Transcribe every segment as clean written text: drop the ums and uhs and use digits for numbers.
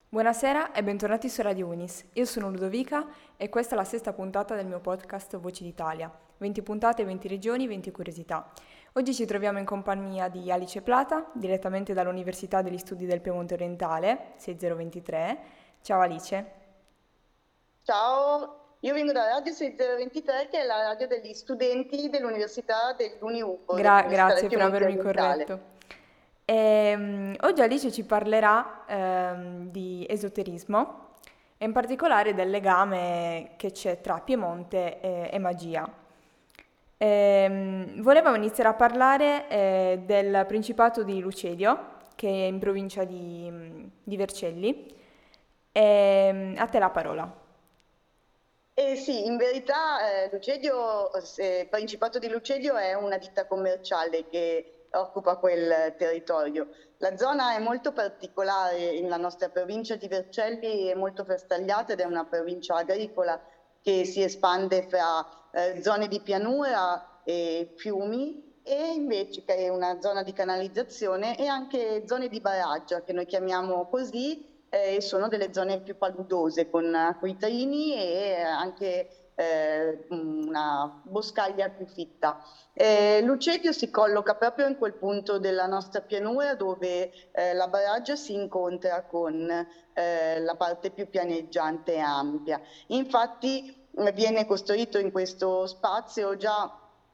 Buonasera e bentornati su Radio Unis. Io sono Ludovica e questa è la sesta puntata del mio podcast Voci d'Italia. 20 puntate, 20 regioni, 20 curiosità. Oggi ci troviamo in compagnia di Alice Plata, direttamente dall'Università degli Studi del Piemonte Orientale, 6023. Ciao Alice. Ciao, io vengo da Radio 6023 che è la radio degli studenti dell'Università dell'UniUPO, dell'Università del Grazie per Piemonte avermi Orientale. corretto. Oggi Alice ci parlerà di esoterismo e in particolare del legame che c'è tra Piemonte e magia. Volevamo iniziare a parlare del Principato di Lucedio, che è in provincia di Vercelli. A te la parola. Sì, in verità Principato di Lucedio è una ditta commerciale che occupa quel territorio. La zona è molto particolare, la nostra provincia di Vercelli è molto frastagliata ed è una provincia agricola che si espande fra zone di pianura e fiumi e invece che è una zona di canalizzazione e anche zone di barraggia che noi chiamiamo così sono delle zone più paludose con acquitrini e anche una boscaglia più fitta. Lucedio si colloca proprio in quel punto della nostra pianura dove la barraggia si incontra con la parte più pianeggiante e ampia. Infatti viene costruito in questo spazio già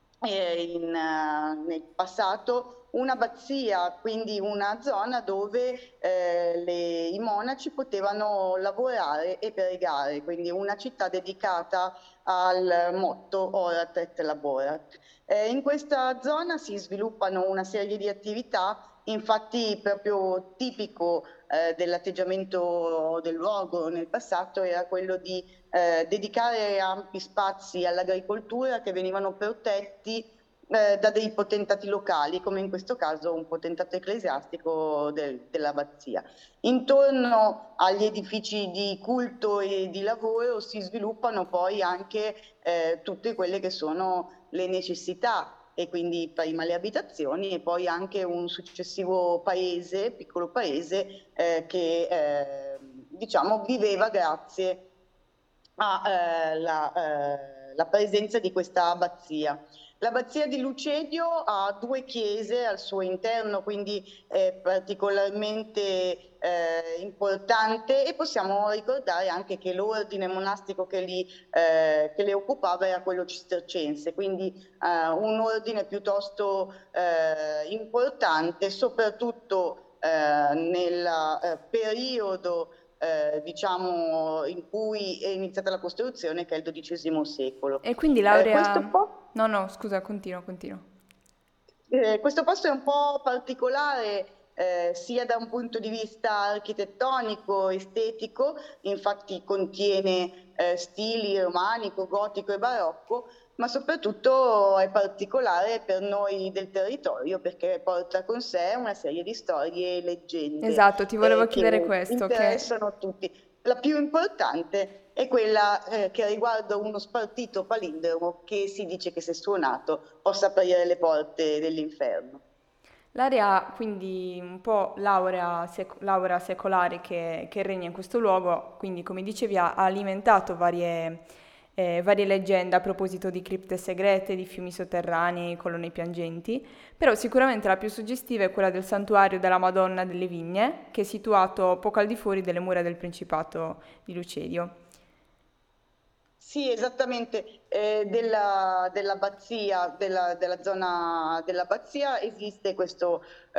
nel passato un'abbazia, quindi una zona dove i monaci potevano lavorare e pregare, quindi una città dedicata al motto Orat et Laborat. In questa zona si sviluppano una serie di attività, infatti proprio tipico dell'atteggiamento del luogo nel passato era quello di dedicare ampi spazi all'agricoltura che venivano protetti da dei potentati locali, come in questo caso un potentato ecclesiastico dell'abbazia. Intorno agli edifici di culto e di lavoro si sviluppano poi anche tutte quelle che sono le necessità e quindi prima le abitazioni e poi anche un successivo paese, piccolo paese, che diciamo viveva grazie alla presenza di questa abbazia. L'abbazia di Lucedio ha due chiese al suo interno, quindi è particolarmente importante, e possiamo ricordare anche che l'ordine monastico che le occupava era quello cistercense, quindi un ordine piuttosto importante, soprattutto nel periodo diciamo in cui è iniziata la costruzione, che è il XII secolo. E quindi Questo laurea... po'. No, scusa, continua. Questo posto è un po' particolare sia da un punto di vista architettonico, estetico, infatti contiene stili romanico, gotico e barocco, ma soprattutto è particolare per noi del territorio perché porta con sé una serie di storie e leggende Esatto, ti volevo chiedere che questo, che... interessano tutti. La più importante è quella che riguarda uno spartito palindromo che si dice che se suonato possa aprire le porte dell'inferno. L'area, quindi un po' l'aurea secolare che regna in questo luogo, quindi come dicevi ha alimentato varie leggende a proposito di cripte segrete, di fiumi sotterranei, colonne piangenti, però sicuramente la più suggestiva è quella del santuario della Madonna delle Vigne, che è situato poco al di fuori delle mura del Principato di Lucedio. Sì, esattamente, dell'abbazia, della zona dell'abbazia esiste questa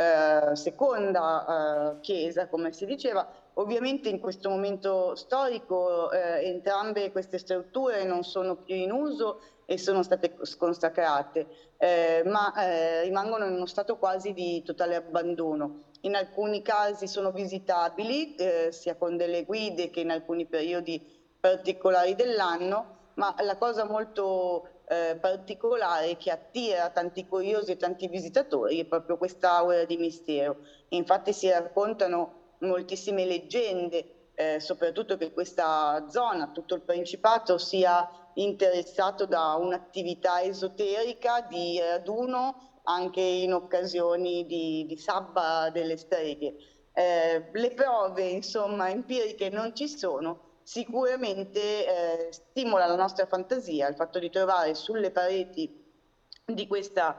seconda chiesa, come si diceva. Ovviamente in questo momento storico entrambe queste strutture non sono più in uso e sono state sconsacrate, ma rimangono in uno stato quasi di totale abbandono. In alcuni casi sono visitabili, sia con delle guide che in alcuni periodi particolari dell'anno, ma la cosa molto particolare che attira tanti curiosi e tanti visitatori è proprio quest'aura di mistero. Infatti si raccontano moltissime leggende, soprattutto che questa zona, tutto il Principato, sia interessato da un'attività esoterica di raduno anche in occasioni di sabba delle streghe. le prove, insomma, empiriche non ci sono. Sicuramente stimola la nostra fantasia il fatto di trovare sulle pareti di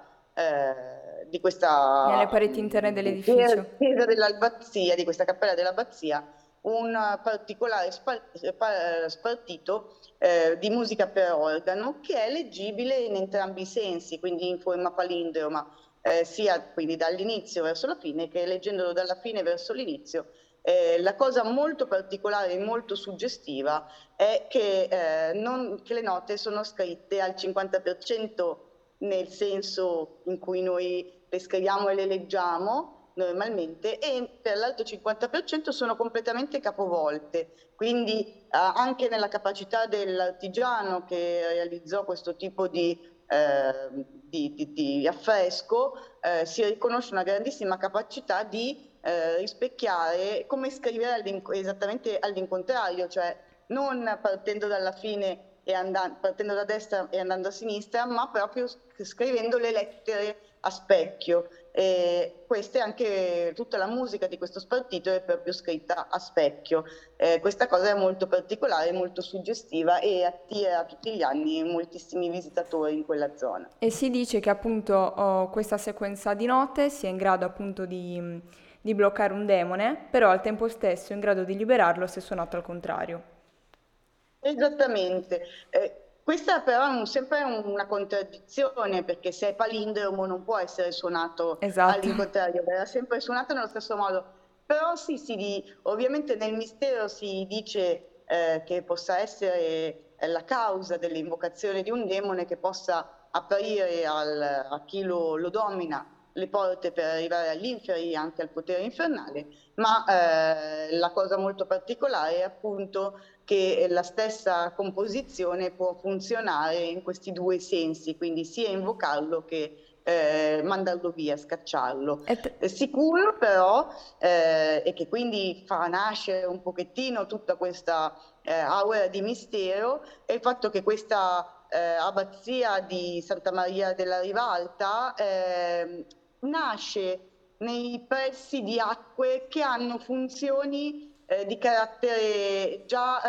Nelle pareti interne dell'edificio. chiesa dell'abbazia, di questa cappella dell'abbazia, un particolare spartito di musica per organo che è leggibile in entrambi i sensi, quindi in forma palindroma, sia quindi dall'inizio verso la fine che leggendolo dalla fine verso l'inizio. La cosa molto particolare e molto suggestiva è che le note sono scritte al 50% nel senso in cui noi le scriviamo e le leggiamo normalmente, e per l'altro 50% sono completamente capovolte, quindi anche nella capacità dell'artigiano che realizzò questo tipo di affresco si riconosce una grandissima capacità di rispecchiare, come scrivere esattamente all'incontrario, cioè non partendo dalla fine e partendo da destra e andando a sinistra, ma proprio scrivendo le lettere a specchio. E questa è anche tutta la musica di questo spartito è proprio scritta a specchio. Questa cosa è molto particolare, molto suggestiva e attira tutti gli anni moltissimi visitatori in quella zona. E si dice che appunto questa sequenza di note sia in grado appunto di bloccare un demone, però al tempo stesso è in grado di liberarlo se suonato al contrario. Esattamente. Questa però è sempre una contraddizione, perché se è palindromo non può essere suonato Esatto. all'incontrario, verrà sempre suonato nello stesso modo. Però sì, ovviamente nel mistero si dice che possa essere la causa dell'invocazione di un demone che possa aprire a chi lo domina le porte per arrivare agli inferi, anche al potere infernale, ma la cosa molto particolare è appunto che la stessa composizione può funzionare in questi due sensi, quindi sia invocarlo che mandarlo via, scacciarlo. Sicuro però, e che quindi fa nascere un pochettino tutta questa aura di mistero, è il fatto che questa abbazia di Santa Maria della Rivalta nasce nei pressi di acque che hanno funzioni di carattere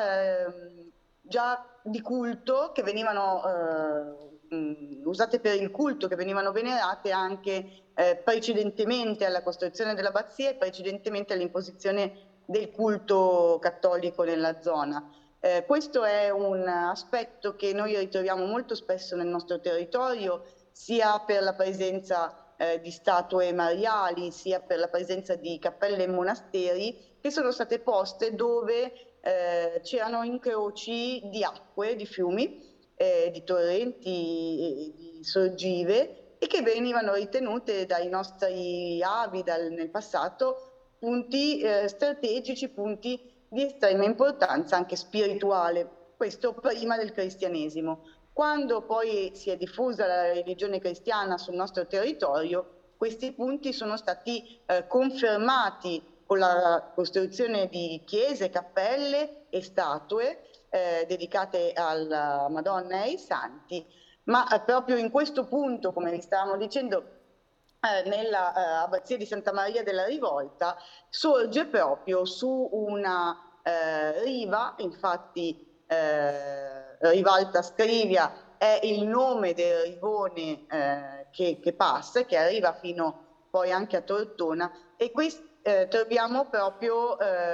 già di culto, che venivano usate per il culto, che venivano venerate anche precedentemente alla costruzione dell'abbazia e precedentemente all'imposizione del culto cattolico nella zona. Questo è un aspetto che noi ritroviamo molto spesso nel nostro territorio, sia per la presenza di statue mariali, sia per la presenza di cappelle e monasteri che sono state poste dove c'erano incroci di acque, di fiumi, di torrenti, di sorgive, e che venivano ritenute dai nostri avi nel passato punti strategici, punti di estrema importanza anche spirituale, questo prima del cristianesimo. Quando poi si è diffusa la religione cristiana sul nostro territorio, questi punti sono stati confermati con la costruzione di chiese, cappelle e statue dedicate alla Madonna e ai Santi, ma proprio in questo punto, come vi stavamo dicendo, nella abbazia di Santa Maria della Rivolta sorge proprio su una riva, infatti Rivalta Scrivia è il nome del rivone che passa, che arriva fino poi anche a Tortona, e qui troviamo proprio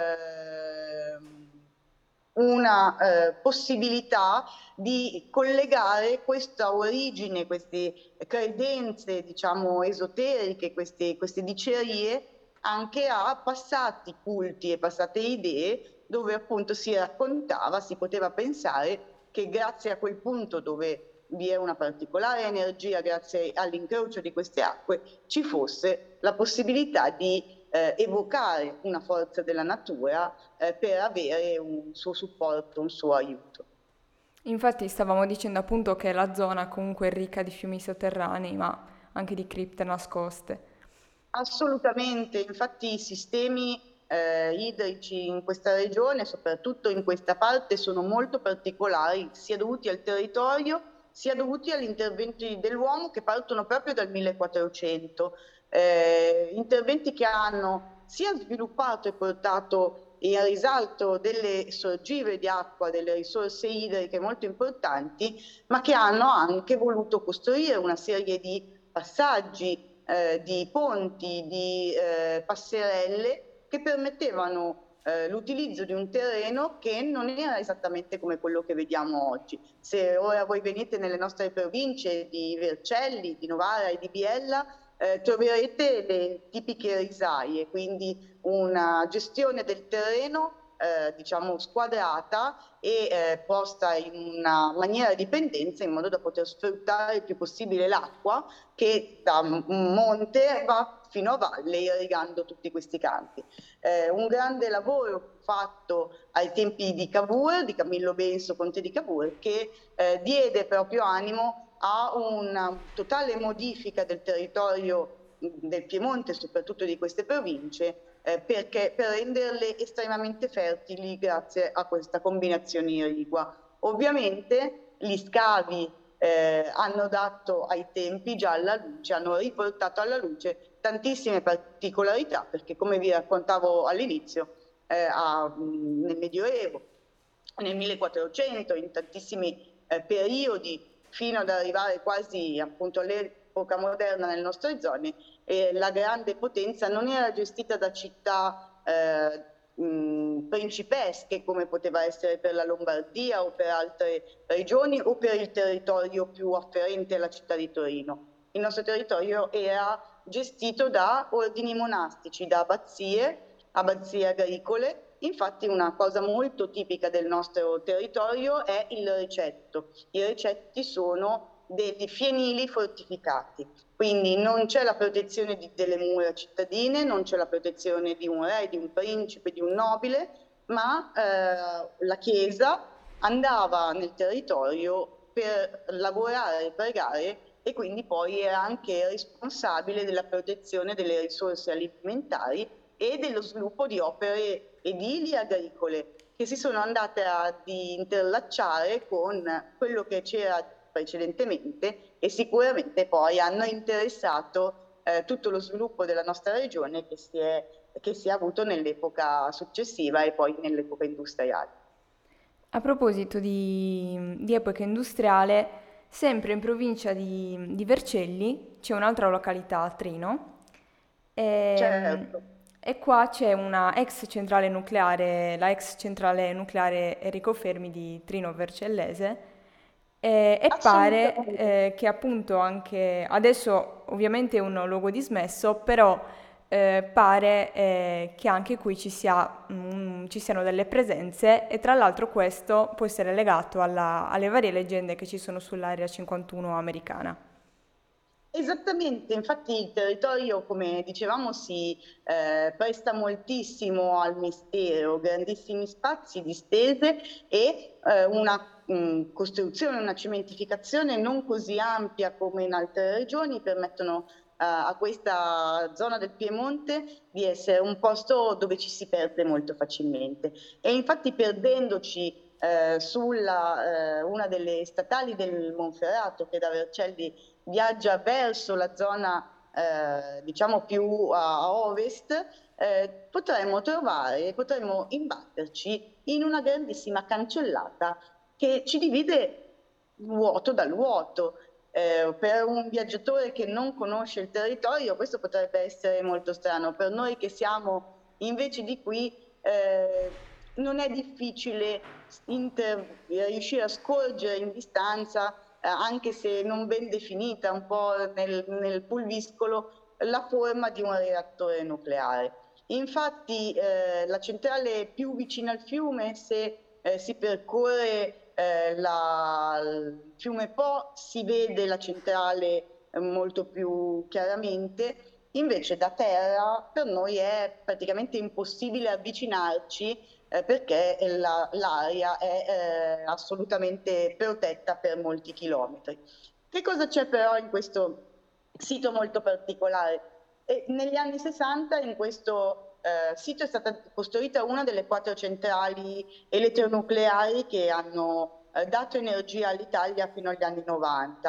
una possibilità di collegare questa origine, queste credenze, diciamo, esoteriche, queste dicerie, anche a passati culti e passate idee, dove appunto si raccontava, si poteva pensare che grazie a quel punto dove vi è una particolare energia, grazie all'incrocio di queste acque, ci fosse la possibilità di evocare una forza della natura per avere un suo supporto, un suo aiuto. Infatti stavamo dicendo appunto che la zona comunque è ricca di fiumi sotterranei, ma anche di cripte nascoste. Assolutamente, infatti i sistemi idrici in questa regione, soprattutto in questa parte, sono molto particolari, sia dovuti al territorio, sia dovuti agli interventi dell'uomo che partono proprio dal 1400. Interventi che hanno sia sviluppato e portato in risalto delle sorgive di acqua, delle risorse idriche molto importanti, ma che hanno anche voluto costruire una serie di passaggi, di ponti, di passerelle che permettevano l'utilizzo di un terreno che non era esattamente come quello che vediamo oggi. Se ora voi venite nelle nostre province di Vercelli, di Novara e di Biella, troverete le tipiche risaie, quindi una gestione del terreno diciamo squadrata e posta in una maniera di pendenza in modo da poter sfruttare il più possibile l'acqua che da monte va fino a valle irrigando tutti questi campi. Un grande lavoro fatto ai tempi di Cavour, di Camillo Benso, conte di Cavour, che diede proprio animo a una totale modifica del territorio del Piemonte, soprattutto di queste province, perché per renderle estremamente fertili grazie a questa combinazione irrigua. Ovviamente gli scavi hanno dato ai tempi già alla luce, hanno riportato alla luce tantissime particolarità, perché come vi raccontavo all'inizio, nel Medioevo, nel 1400, in tantissimi periodi, fino ad arrivare quasi appunto all'epoca moderna nelle nostre zone, la grande potenza non era gestita da città principesche come poteva essere per la Lombardia o per altre regioni o per il territorio più afferente alla città di Torino. Il nostro territorio era gestito da ordini monastici, da abbazie agricole. Infatti una cosa molto tipica del nostro territorio è il recetto. I recetti sono dei fienili fortificati, quindi non c'è la protezione delle mura cittadine, non c'è la protezione di un re, di un principe, di un nobile, ma la Chiesa andava nel territorio per lavorare e pregare e quindi poi era anche responsabile della protezione delle risorse alimentari e dello sviluppo di opere edili e agricole che si sono andate ad interlacciare con quello che c'era precedentemente e sicuramente poi hanno interessato tutto lo sviluppo della nostra regione che si è avuto nell'epoca successiva e poi nell'epoca industriale. A proposito di epoca industriale, sempre in provincia di Vercelli c'è un'altra località a Trino Certo. e qua c'è una ex centrale nucleare, la ex centrale nucleare Enrico Fermi di Trino Vercellese e pare Assolutamente. che appunto anche adesso ovviamente è un luogo dismesso, però pare che anche qui ci siano delle presenze e tra l'altro questo può essere legato alle varie leggende che ci sono sull'Area 51 americana. Esattamente, infatti il territorio, come dicevamo, si presta moltissimo al mistero, grandissimi spazi distese e una costruzione, una cementificazione non così ampia come in altre regioni permettono a questa zona del Piemonte di essere un posto dove ci si perde molto facilmente. E infatti perdendoci sulla una delle statali del Monferrato che da Vercelli viaggia verso la zona diciamo più a ovest, potremmo imbatterci in una grandissima cancellata che ci divide vuoto dal vuoto. Per un viaggiatore che non conosce il territorio questo potrebbe essere molto strano, per noi che siamo invece di qui non è difficile riuscire a scorgere in distanza anche se non ben definita, un po' nel pulviscolo, la forma di un reattore nucleare. Infatti la centrale più vicina al fiume, se si percorre il fiume Po, si vede la centrale molto più chiaramente, invece da terra per noi è praticamente impossibile avvicinarci perché l'area è assolutamente protetta per molti chilometri. Che cosa c'è però in questo sito molto particolare? Negli anni 60 in questo sito è stata costruita una delle 4 centrali elettronucleari che hanno dato energia all'Italia fino agli anni 90.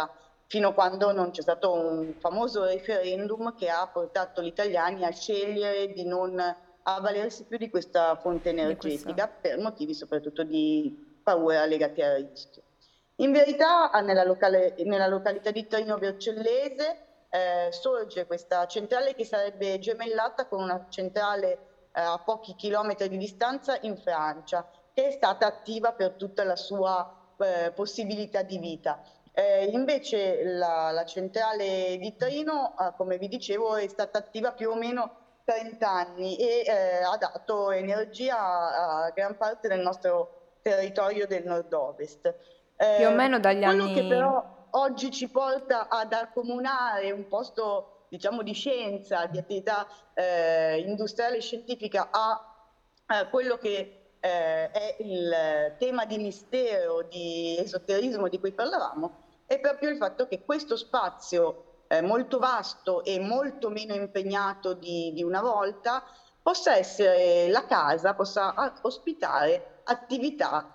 fino a quando non c'è stato un famoso referendum che ha portato gli italiani a scegliere di non avvalersi più di questa fonte di questo. energetica per motivi soprattutto di paura legati al rischio. In verità, nella località di Trino Vercellese sorge questa centrale che sarebbe gemellata con una centrale a pochi chilometri di distanza in Francia, che è stata attiva per tutta la sua possibilità di vita. Invece la centrale di Trino, come vi dicevo, è stata attiva più o meno 30 anni e ha dato energia a gran parte del nostro territorio del nord-ovest. Più o meno dagli Quello che anni... però oggi ci porta ad accomunare un posto, diciamo, di scienza, di attività industriale e scientifica a quello che è il tema di mistero, di esoterismo di cui parlavamo, è proprio il fatto che questo spazio molto vasto e molto meno impegnato di una volta possa essere la casa, possa ospitare attività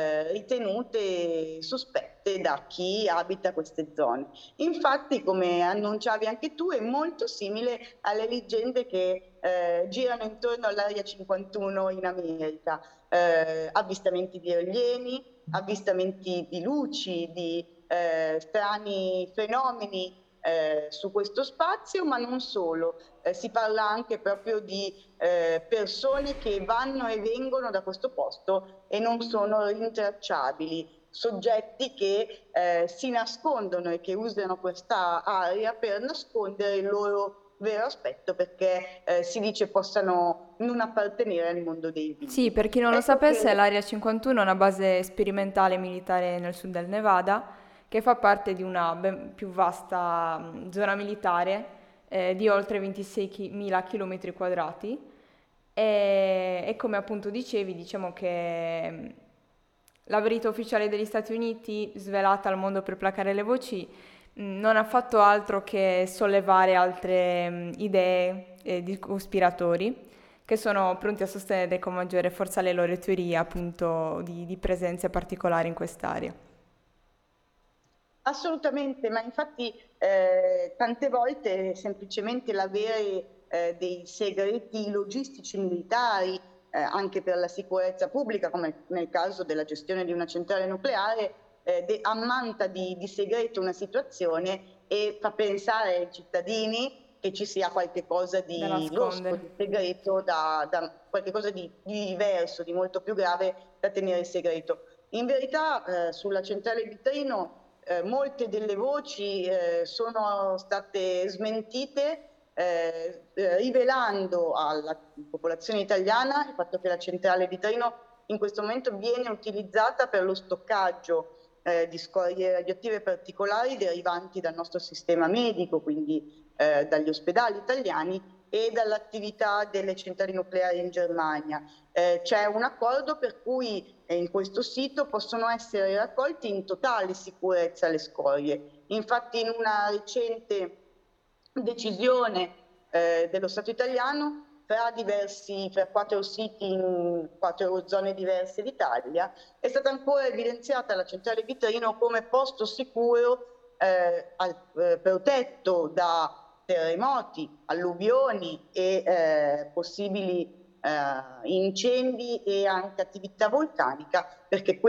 ritenute sospette da chi abita queste zone. Infatti, come annunciavi anche tu, è molto simile alle leggende che girano intorno all'Area 51 in America. Avvistamenti di alieni, avvistamenti di luci, di strani fenomeni su questo spazio, ma non solo. Si parla anche proprio di persone che vanno e vengono da questo posto e non sono rintracciabili, soggetti che si nascondono e che usano questa area per nascondere il loro vero aspetto, perché si dice possano non appartenere al mondo dei Sì, vivi. per chi non lo Ecco sapesse, che l'Area 51 è una base sperimentale militare nel sud del Nevada che fa parte di una ben più vasta zona militare di oltre 26.000 km quadrati e come appunto dicevi, diciamo che la verità ufficiale degli Stati Uniti, svelata al mondo per placare le voci, non ha fatto altro che sollevare altre idee di cospiratori che sono pronti a sostenere con maggiore forza le loro teorie appunto di presenze particolari in quest'area. assolutamente, ma infatti tante volte semplicemente l'avere dei segreti logistici militari, anche per la sicurezza pubblica, come nel caso della gestione di una centrale nucleare, ammanta di segreto una situazione e fa pensare ai cittadini che ci sia qualche cosa Da di losco, nascondere. di segreto, da qualche cosa di diverso, di molto più grave da tenere segreto. In verità, sulla centrale di Trino molte delle voci sono state smentite, rivelando alla popolazione italiana il fatto che la centrale di Trino in questo momento viene utilizzata per lo stoccaggio di scorie radioattive particolari derivanti dal nostro sistema medico, quindi dagli ospedali italiani e dall'attività delle centrali nucleari in Germania. C'è un accordo per cui in questo sito possono essere raccolti in totale sicurezza le scorie. Infatti in una recente decisione dello Stato italiano fra 4 siti in 4 zone diverse d'Italia è stata ancora evidenziata la centrale di Trino come posto sicuro protetto da terremoti, alluvioni e possibili incendi e anche attività vulcanica, perché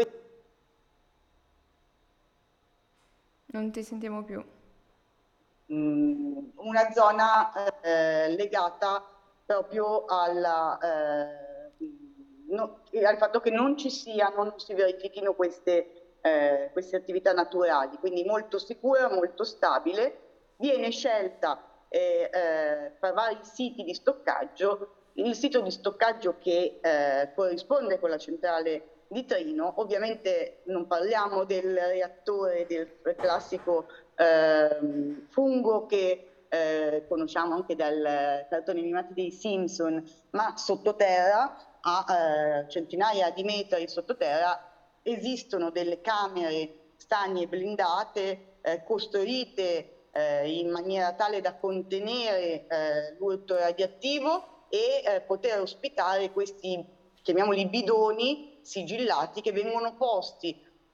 Non ti sentiamo più. una zona legata proprio al fatto che non ci siano, non si verifichino queste attività naturali, quindi molto sicura, molto stabile. Viene scelta tra vari siti di stoccaggio il sito di stoccaggio che corrisponde con la centrale di Trino. Ovviamente non parliamo del reattore, del classico fungo che conosciamo anche dal cartone animati dei Simpson, ma sottoterra, a centinaia di metri sottoterra, esistono delle camere stagne blindate costruite in maniera tale da contenere l'urto radioattivo e poter ospitare questi, chiamiamoli bidoni sigillati, che vengono posti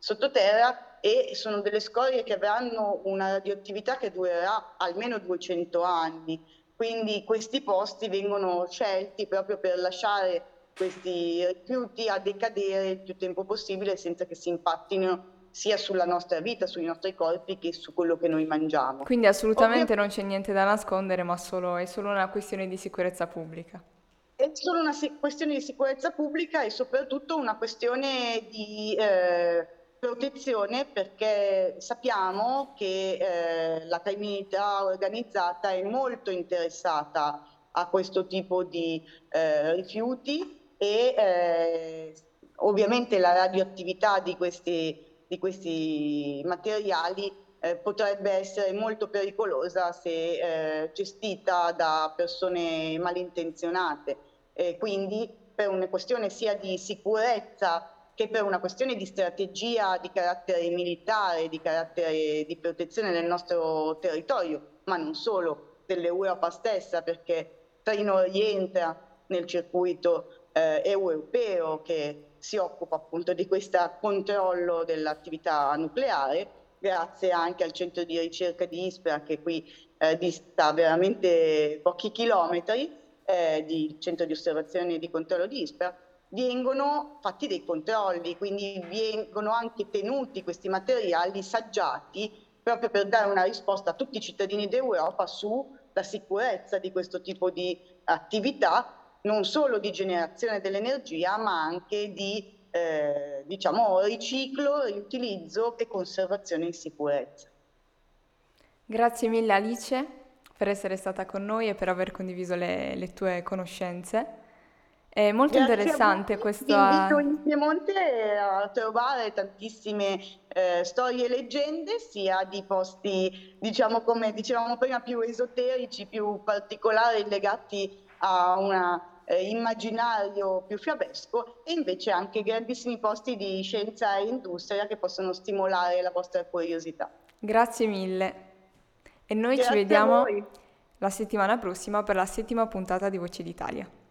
sottoterra e sono delle scorie che avranno una radioattività che durerà almeno 200 anni. Quindi questi posti vengono scelti proprio per lasciare questi rifiuti a decadere il più tempo possibile senza che si impattino sia sulla nostra vita, sui nostri corpi, che su quello che noi mangiamo. Quindi assolutamente Ovviamente non c'è niente da nascondere, ma è solo una questione di sicurezza pubblica. è solo una questione di sicurezza pubblica e soprattutto una questione di protezione, perché sappiamo che la criminalità organizzata è molto interessata a questo tipo di rifiuti e ovviamente la radioattività di questi materiali potrebbe essere molto pericolosa se gestita da persone malintenzionate. Quindi per una questione sia di sicurezza che per una questione di strategia di carattere militare, di carattere di protezione del nostro territorio, ma non solo, dell'Europa stessa, perché Trino rientra nel circuito europeo che si occupa appunto di questo controllo dell'attività nucleare, grazie anche al centro di ricerca di Ispra, che qui dista veramente pochi chilometri, di centro di osservazione e di controllo di Ispra, vengono fatti dei controlli, quindi vengono anche tenuti questi materiali saggiati proprio per dare una risposta a tutti i cittadini d'Europa sulla sicurezza di questo tipo di attività, non solo di generazione dell'energia, ma anche di diciamo, riciclo, riutilizzo e conservazione in sicurezza. Grazie mille Alice per essere stata con noi e per aver condiviso le tue conoscenze. È molto Grazie a interessante voi, vi invito questa. in Piemonte a trovare tantissime storie e leggende, sia di posti, diciamo come dicevamo prima, più esoterici, più particolari, legati a un immaginario più fiabesco, e invece anche grandissimi posti di scienza e industria che possono stimolare la vostra curiosità. Grazie mille. E noi ci Grazie a vediamo voi. la settimana prossima per la settima puntata di Voci d'Italia.